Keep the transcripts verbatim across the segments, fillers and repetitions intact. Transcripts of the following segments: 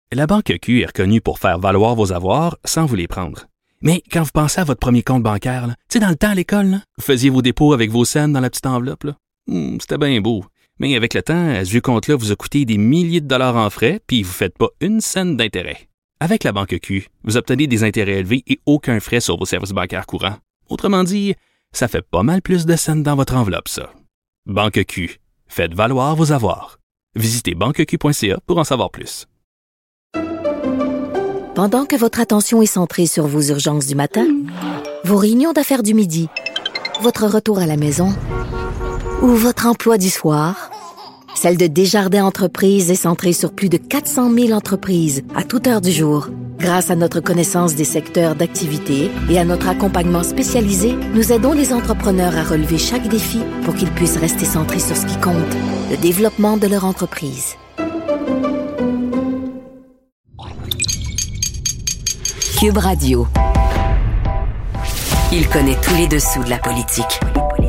La Banque Q est reconnue pour faire valoir vos avoirs sans vous les prendre. Mais quand vous pensez à votre premier compte bancaire, tu sais, dans le temps à l'école, là, vous faisiez vos dépôts avec vos scènes dans la petite enveloppe. Là. Hum, c'était bien beau. Mais avec le temps, ce vieux compte-là vous a coûté des milliers de dollars en frais, puis vous ne faites pas une scène d'intérêt. Avec la Banque Q, vous obtenez des intérêts élevés et aucun frais sur vos services bancaires courants. Autrement dit, ça fait pas mal plus de scènes dans votre enveloppe, ça. Banque Q. Faites valoir vos avoirs. Visitez banque q point c a pour en savoir plus. Pendant que votre attention est centrée sur vos urgences du matin, vos réunions d'affaires du midi, votre retour à la maison ou votre emploi du soir, celle de Desjardins Entreprises est centrée sur plus de quatre cent mille entreprises à toute heure du jour. Grâce à notre connaissance des secteurs d'activité et à notre accompagnement spécialisé, nous aidons les entrepreneurs à relever chaque défi pour qu'ils puissent rester centrés sur ce qui compte, le développement de leur entreprise. Cube Radio. Il connaît tous les dessous de la politique.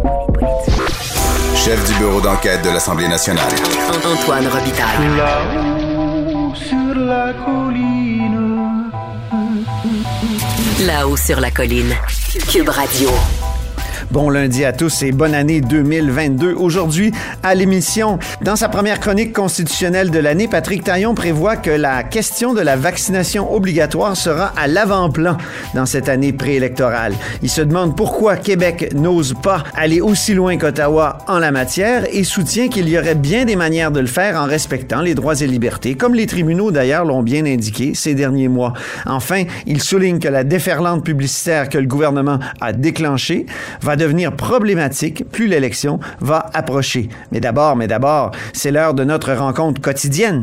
Chef du bureau d'enquête de l'Assemblée nationale. Antoine Robitaille. Là-haut sur la colline. Là-haut sur la colline. Cube Radio. Bon lundi à tous et bonne année deux mille vingt-deux. Aujourd'hui, à l'émission, dans sa première chronique constitutionnelle de l'année, Patrick Taillon prévoit que la question de la vaccination obligatoire sera à l'avant-plan dans cette année préélectorale. Il se demande pourquoi Québec n'ose pas aller aussi loin qu'Ottawa en la matière et soutient qu'il y aurait bien des manières de le faire en respectant les droits et libertés, comme les tribunaux d'ailleurs l'ont bien indiqué ces derniers mois. Enfin, il souligne que la déferlante publicitaire que le gouvernement a déclenchée va devenir problématique plus l'élection va approcher. Mais d'abord, mais d'abord, c'est l'heure de notre rencontre quotidienne.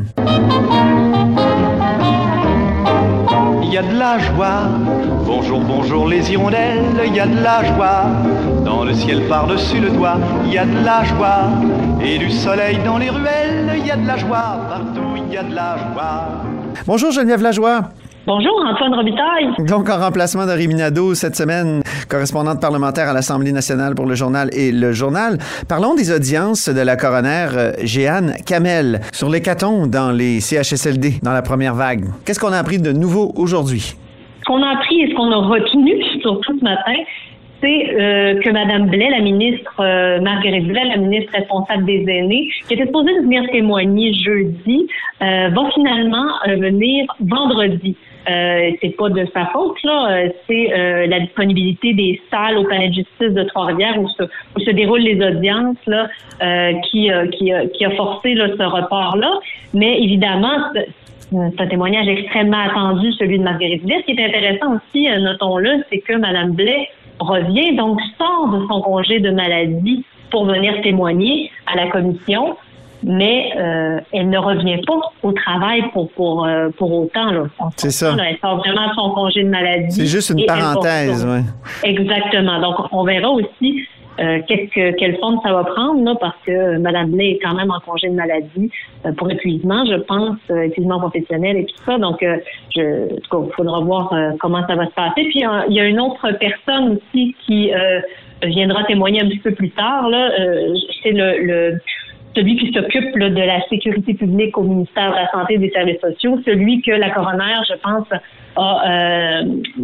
Il y a de la joie, bonjour, bonjour les hirondelles, il y a de la joie, dans le ciel par-dessus le toit, il y a de la joie, et du soleil dans les ruelles, il y a de la joie, partout il y a de la joie. Bonjour Geneviève Lajoie. Bonjour, Antoine Robitaille. Donc, en remplacement de Rémi Nadeau cette semaine, correspondante parlementaire à l'Assemblée nationale pour le Journal et le Journal. Parlons des audiences de la coroner euh, Jeanne Kamel sur l'hécatombe dans les C H S L D dans la première vague. Qu'est-ce qu'on a appris de nouveau aujourd'hui? Ce qu'on a appris et ce qu'on a retenu, surtout ce matin, c'est euh, que Mme Blais, la ministre euh, Marguerite Blais, la ministre responsable des aînés, qui était supposée venir témoigner jeudi, euh, va finalement euh, venir vendredi. Euh, c'est pas de sa faute, là. C'est euh, la disponibilité des salles au palais de justice de Trois-Rivières où se, où se déroulent les audiences là, euh, qui, euh, qui, euh, qui a forcé là, ce report-là. Mais évidemment, c'est, c'est un témoignage extrêmement attendu, celui de Marguerite Blais. Ce qui est intéressant aussi, notons-le, c'est que Mme Blais revient, donc sort de son congé de maladie pour venir témoigner à la commission. Mais euh, elle ne revient pas au travail pour pour euh, pour autant là. C'est ça. Là, elle sort vraiment de son congé de maladie. C'est juste une parenthèse, oui. Exactement. Donc on verra aussi euh, qu'est-ce que quelle forme ça va prendre là, parce que Mme Blais est quand même en congé de maladie euh, pour épuisement, je pense, euh, épuisement professionnel et tout ça. Donc euh, je, en tout cas, il faudra voir euh, comment ça va se passer. Puis euh, il y a une autre personne aussi qui euh, viendra témoigner un petit peu plus tard là. Euh, c'est le, le celui qui s'occupe là, de la sécurité publique au ministère de la Santé et des Services sociaux, celui que la coroner, je pense, a euh,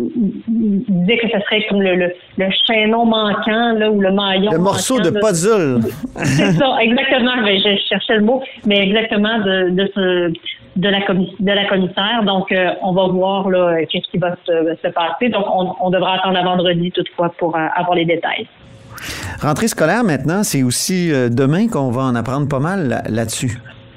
disait que ce serait comme le, le, le chaînon manquant là, ou le maillon. Le morceau manquant, de là. puzzle. C'est ça, exactement. Mais je cherchais le mot, mais exactement de, de ce de la commis- de la commissaire. Donc, euh, on va voir là qu'est-ce qui va se, se passer. Donc, on, on devra attendre à vendredi toutefois pour euh, avoir les détails. Rentrée scolaire maintenant, c'est aussi euh, demain qu'on va en apprendre pas mal là- là-dessus.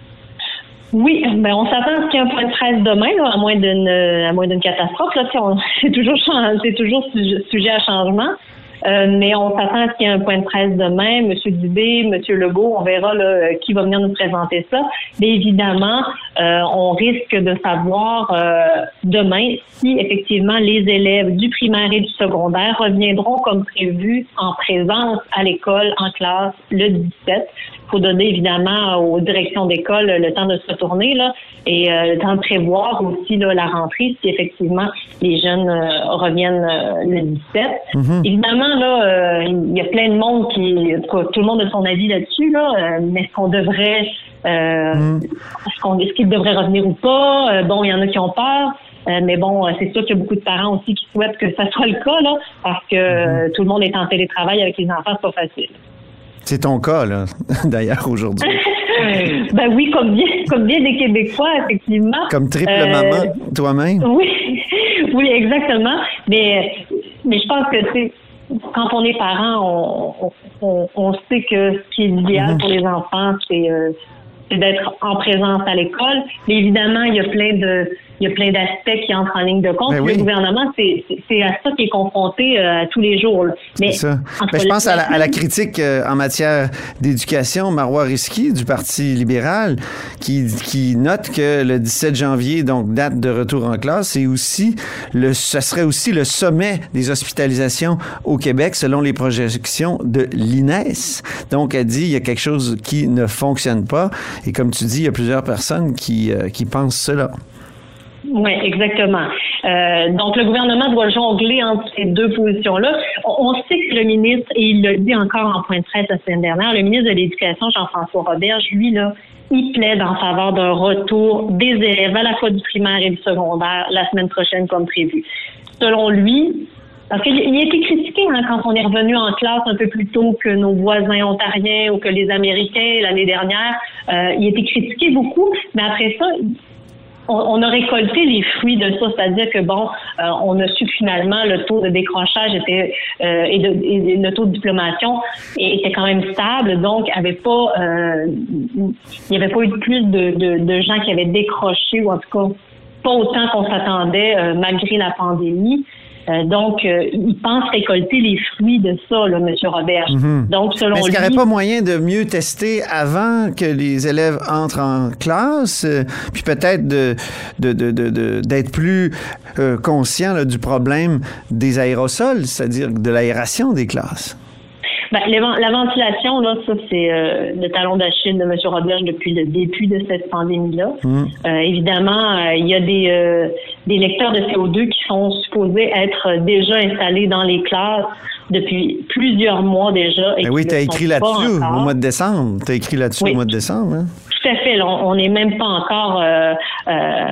Oui, ben on s'attend à ce qu'il y ait un point de presse demain, là, à moins d'une à moins d'une catastrophe. Là, on, c'est toujours c'est toujours sujet, sujet à changement. Euh, mais on s'attend à ce qu'il y ait un point de presse demain. Monsieur Dubé, Monsieur Legault, on verra là, qui va venir nous présenter ça. Mais évidemment, euh, on risque de savoir euh, demain si effectivement les élèves du primaire et du secondaire reviendront comme prévu en présence à l'école, en classe, le dix-sept. Il faut donner évidemment aux directions d'école le temps de se retourner là, et euh, le temps de prévoir aussi là, la rentrée si effectivement les jeunes euh, reviennent euh, le dix-sept. Mm-hmm. Évidemment, évidemment, là, euh, il y a plein de monde qui, tout le monde a son avis là-dessus, là, euh, mais est-ce qu'on devrait, euh, mm. est-ce qu'on, est-ce qu'il devrait revenir ou pas? Euh, bon, il y en a qui ont peur. Euh, mais bon, c'est sûr qu'il y a beaucoup de parents aussi qui souhaitent que ça soit le cas, là, parce que euh, tout le monde est en télétravail avec les enfants, c'est pas facile. C'est ton cas, là, d'ailleurs, aujourd'hui. Ben oui, comme bien, comme bien des Québécois, effectivement. Comme triple euh, maman, toi-même. Oui, oui, exactement. Mais, mais je pense que, tu sais, quand on est parent, on, on, on sait que ce qui est idéal mm-hmm. pour les enfants, c'est, euh, c'est d'être en présence à l'école. Mais évidemment, il y a plein de... Il y a plein d'aspects qui entrent en ligne de compte. Oui. Le gouvernement, c'est, c'est, c'est à ça qu'il est confronté euh, tous les jours. Là. Mais, c'est ça. Mais je pense à la, à la critique euh, en matière d'éducation, Marois Risky du Parti libéral, qui, qui note que le dix-sept janvier, donc date de retour en classe, c'est aussi le, ça serait aussi le sommet des hospitalisations au Québec, selon les projections de l'I N E S. Donc, elle dit il y a quelque chose qui ne fonctionne pas. Et comme tu dis, il y a plusieurs personnes qui, euh, qui pensent cela. Oui, exactement. Euh, donc, le gouvernement doit jongler entre ces deux positions-là. On, on sait que le ministre, et il l'a dit encore en point de presse la semaine dernière, le ministre de l'Éducation, Jean-François Roberge, lui, là, il plaide en faveur d'un retour des élèves à la fois du primaire et du secondaire la semaine prochaine comme prévu. Selon lui, parce qu'il il a été critiqué hein, quand on est revenu en classe un peu plus tôt que nos voisins ontariens ou que les Américains l'année dernière. Euh, il a été critiqué beaucoup, mais après ça, On, on a récolté les fruits de ça, c'est-à-dire que bon, euh, on a su que finalement le taux de décrochage était euh, et, de, et le taux de diplomation était quand même stable, donc avait pas, euh, il n'y avait pas eu plus de, de, de gens qui avaient décroché ou en tout cas pas autant qu'on s'attendait euh, malgré la pandémie. Euh, donc, euh, il pense récolter les fruits de ça, là, M. Roberge. Mm-hmm. Donc, selon Mais est-ce qu'il n'y lui, aurait pas moyen de mieux tester avant que les élèves entrent en classe, euh, puis peut-être de, de, de, de, de, d'être plus euh, conscient là, du problème des aérosols, c'est-à-dire de l'aération des classes? Ben, la ventilation, là, ça, c'est euh, le talon d'Achille de M. Roberge depuis le début de cette pandémie-là. Mmh. Euh, évidemment, euh, il y a des, euh, des lecteurs de C O deux qui sont supposés être déjà installés dans les classes depuis plusieurs mois déjà. Et ben oui, tu as écrit là-dessus au mois de décembre. Tu as écrit là-dessus oui. au mois de décembre. Hein? Tout à fait. On n'est même pas encore euh, euh,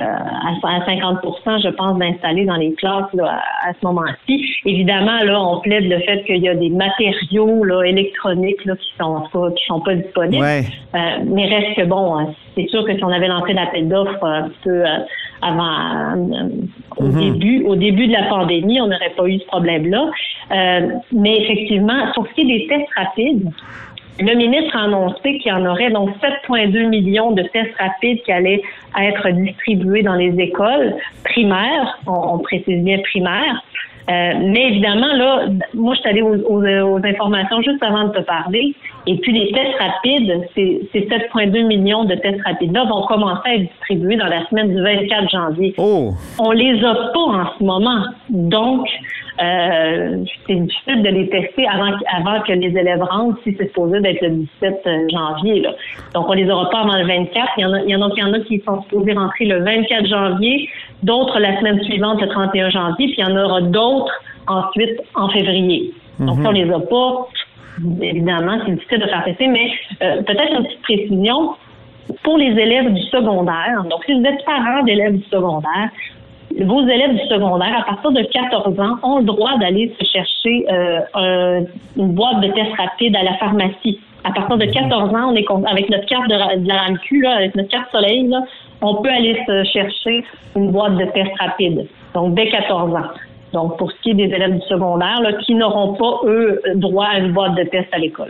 à cinquante pour cent, je pense, d'installés dans les classes là, à, à ce moment-ci. Évidemment, là, on plaide le fait qu'il y a des matériaux là, électroniques là, qui sont pas, qui sont pas disponibles. Ouais. Euh, mais reste que bon, c'est sûr que si on avait lancé l'appel d'offres un peu euh, avant, euh, au mm-hmm. début, au début de la pandémie, on n'aurait pas eu ce problème-là. Euh, mais effectivement, sur ce qui est des tests rapides, le ministre a annoncé qu'il y en aurait donc sept virgule deux millions de tests rapides qui allaient être distribués dans les écoles primaires, on, on précise bien primaires. Euh, mais évidemment, là, moi, je suis allée aux, aux, aux informations juste avant de te parler. Et puis, les tests rapides, ces, ces sept virgule deux millions de tests rapides-là vont commencer à être distribués dans la semaine du vingt-quatre janvier. Oh. On les a pas en ce moment. Donc, euh, c'est difficile de les tester avant, avant que les élèves rentrent, si c'est supposé d'être le dix-sept janvier. Là. Donc, on les aura pas avant le vingt-quatre. Il y en a, il y en a, il y en a qui sont supposés rentrer le vingt-quatre janvier, d'autres la semaine suivante, le trente et un janvier, puis il y en aura d'autres ensuite en février. Donc, mm-hmm. ça, on les a pas. Évidemment, c'est difficile de faire tester, mais euh, peut-être une petite précision. Pour les élèves du secondaire, donc si vous êtes parents d'élèves du secondaire, vos élèves du secondaire, à partir de quatorze ans, ont le droit d'aller se chercher euh, un, une boîte de tests rapides à la pharmacie. À partir de quatorze ans, on est avec notre carte de, de la R A M Q, là, avec notre carte soleil, là, on peut aller se chercher une boîte de tests rapides. Donc, dès quatorze ans. Donc, pour ce qui est des élèves du secondaire, là, qui n'auront pas, eux, droit à une boîte de tests à l'école.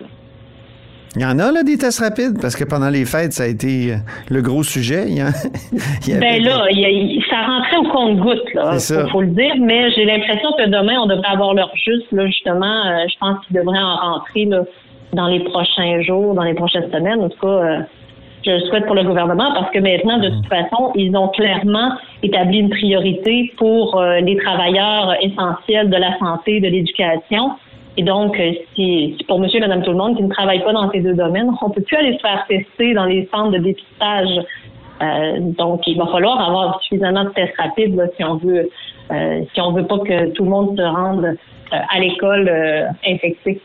Il y en a, là, des tests rapides? Parce que pendant les fêtes, ça a été le gros sujet. Il y a, il y ben là, il y a, ça rentrait au compte-gouttes, là, il faut le dire. Mais j'ai l'impression que demain, on devrait avoir l'heure juste, là, justement. Euh, je pense qu'ils devraient en rentrer, là, dans les prochains jours, dans les prochaines semaines. En tout cas, euh, je le souhaite pour le gouvernement parce que maintenant, de toute façon, ils ont clairement établi une priorité pour euh, les travailleurs essentiels de la santé, de l'éducation. Et donc, si, si pour monsieur et madame tout le monde qui ne travaillent pas dans ces deux domaines, on ne peut plus aller se faire tester dans les centres de dépistage. Euh, donc, il va falloir avoir suffisamment de tests rapides là, si on veut euh, si on veut pas que tout le monde se rende à l'école euh, infectés.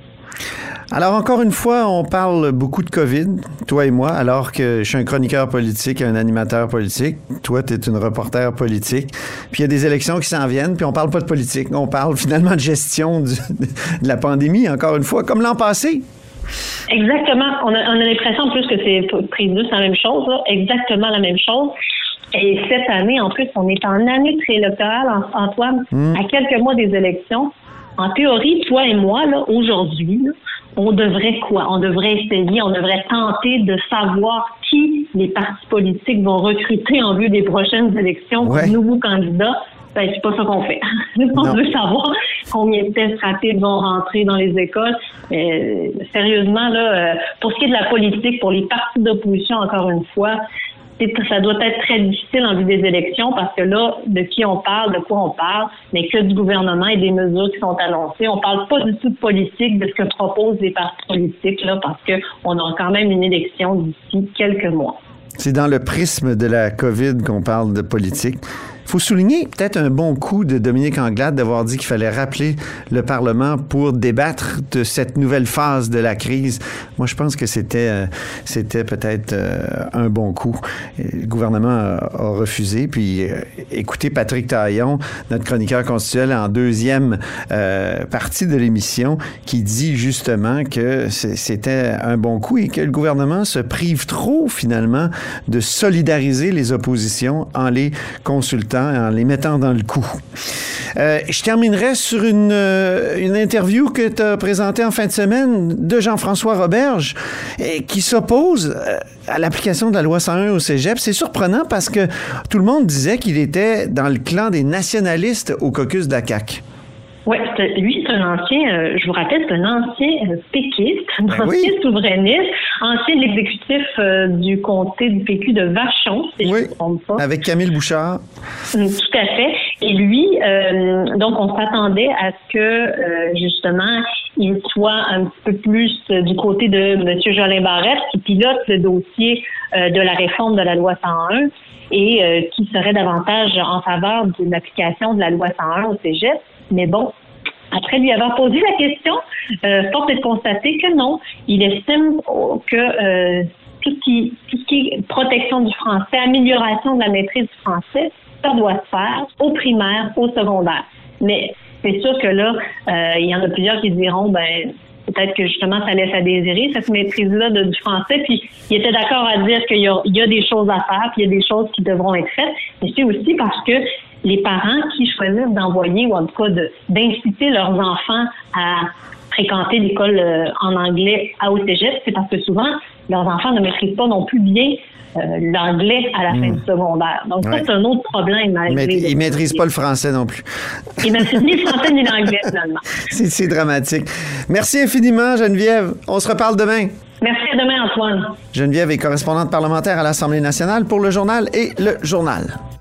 Alors, encore une fois, on parle beaucoup de COVID, toi et moi, alors que je suis un chroniqueur politique, un animateur politique. Toi, tu es une reporter politique. Puis il y a des élections qui s'en viennent, puis on parle pas de politique. On parle finalement de gestion du, de la pandémie, encore une fois, comme l'an passé. Exactement. On a, on a l'impression en plus que c'est prise deux, c'est la même chose, là. Exactement la même chose. Et cette année, en plus, on est en année préélectorale, Antoine, mmh. à quelques mois des élections. En théorie, toi et moi, là, aujourd'hui, là, on devrait quoi? On devrait essayer, on devrait tenter de savoir qui les partis politiques vont recruter en vue des prochaines élections ouais. comme nouveaux candidats. Ben, c'est pas ça qu'on fait. On non. veut savoir combien de tests rapides vont rentrer dans les écoles. Euh, sérieusement, là, euh, pour ce qui est de la politique, pour les partis d'opposition, encore une fois, ça doit être très difficile en vue des élections parce que là, de qui on parle, de quoi on parle, mais que du gouvernement et des mesures qui sont annoncées. On parle pas du tout de politique, de ce que proposent les partis politiques, là, parce que on a quand même une élection d'ici quelques mois. C'est dans le prisme de la COVID qu'on parle de politique. Il faut souligner peut-être un bon coup de Dominique Anglade d'avoir dit qu'il fallait rappeler le Parlement pour débattre de cette nouvelle phase de la crise. Moi, je pense que c'était euh, c'était peut-être euh, un bon coup. Le gouvernement a, a refusé. Puis, euh, écoutez Patrick Taillon, notre chroniqueur constitutionnel en deuxième euh, partie de l'émission, qui dit justement que c'était un bon coup et que le gouvernement se prive trop, finalement, de solidariser les oppositions en les consultant, en les mettant dans le coup. Euh, je terminerai sur une, euh, une interview que tu as présentée en fin de semaine de Jean-François Roberge et qui s'oppose à l'application de la loi cent un au cégep. C'est surprenant parce que tout le monde disait qu'il était dans le clan des nationalistes au caucus de la C A Q. Oui, lui, c'est un ancien, euh, je vous rappelle, c'est un ancien euh, péquiste, un ben ancien oui. souverainiste, ancien de l'exécutif euh, du comté du P Q de Vachon, si oui, je ne me trompe pas. Avec Camille Bouchard. Tout à fait. Et lui, euh, donc, on s'attendait à ce que, euh, justement, il soit un petit peu plus euh, du côté de M. Jolin Barrette, qui pilote le dossier euh, de la réforme de la loi cent un et euh, qui serait davantage en faveur d'une application de la loi cent un au cégep. Mais bon, après lui avoir posé la question, euh, force est de constater que non. Il estime que euh, tout, ce qui, tout ce qui est protection du français, amélioration de la maîtrise du français, ça doit se faire au primaire, au secondaire. Mais c'est sûr que là, euh, il y en a plusieurs qui diront, ben peut-être que justement, ça laisse à désirer, cette maîtrise-là de, du français. Puis, il était d'accord à dire qu'il y a, il y a des choses à faire, puis il y a des choses qui devront être faites. Mais c'est aussi parce que les parents qui choisissent d'envoyer, ou en tout cas de, d'inciter leurs enfants à fréquenter l'école euh, en anglais à au cégep, c'est parce que souvent, leurs enfants ne maîtrisent pas non plus bien euh, l'anglais à la mmh. fin du secondaire. Donc, ouais. ça, c'est un autre problème. Mais ils ne maîtrisent pas le français non plus. Ils ne maîtrisent ni le français ni l'anglais, finalement. c'est, c'est dramatique. Merci infiniment, Geneviève. On se reparle demain. Merci, à demain, Antoine. Geneviève est correspondante parlementaire à l'Assemblée nationale pour Le Journal et Le Journal.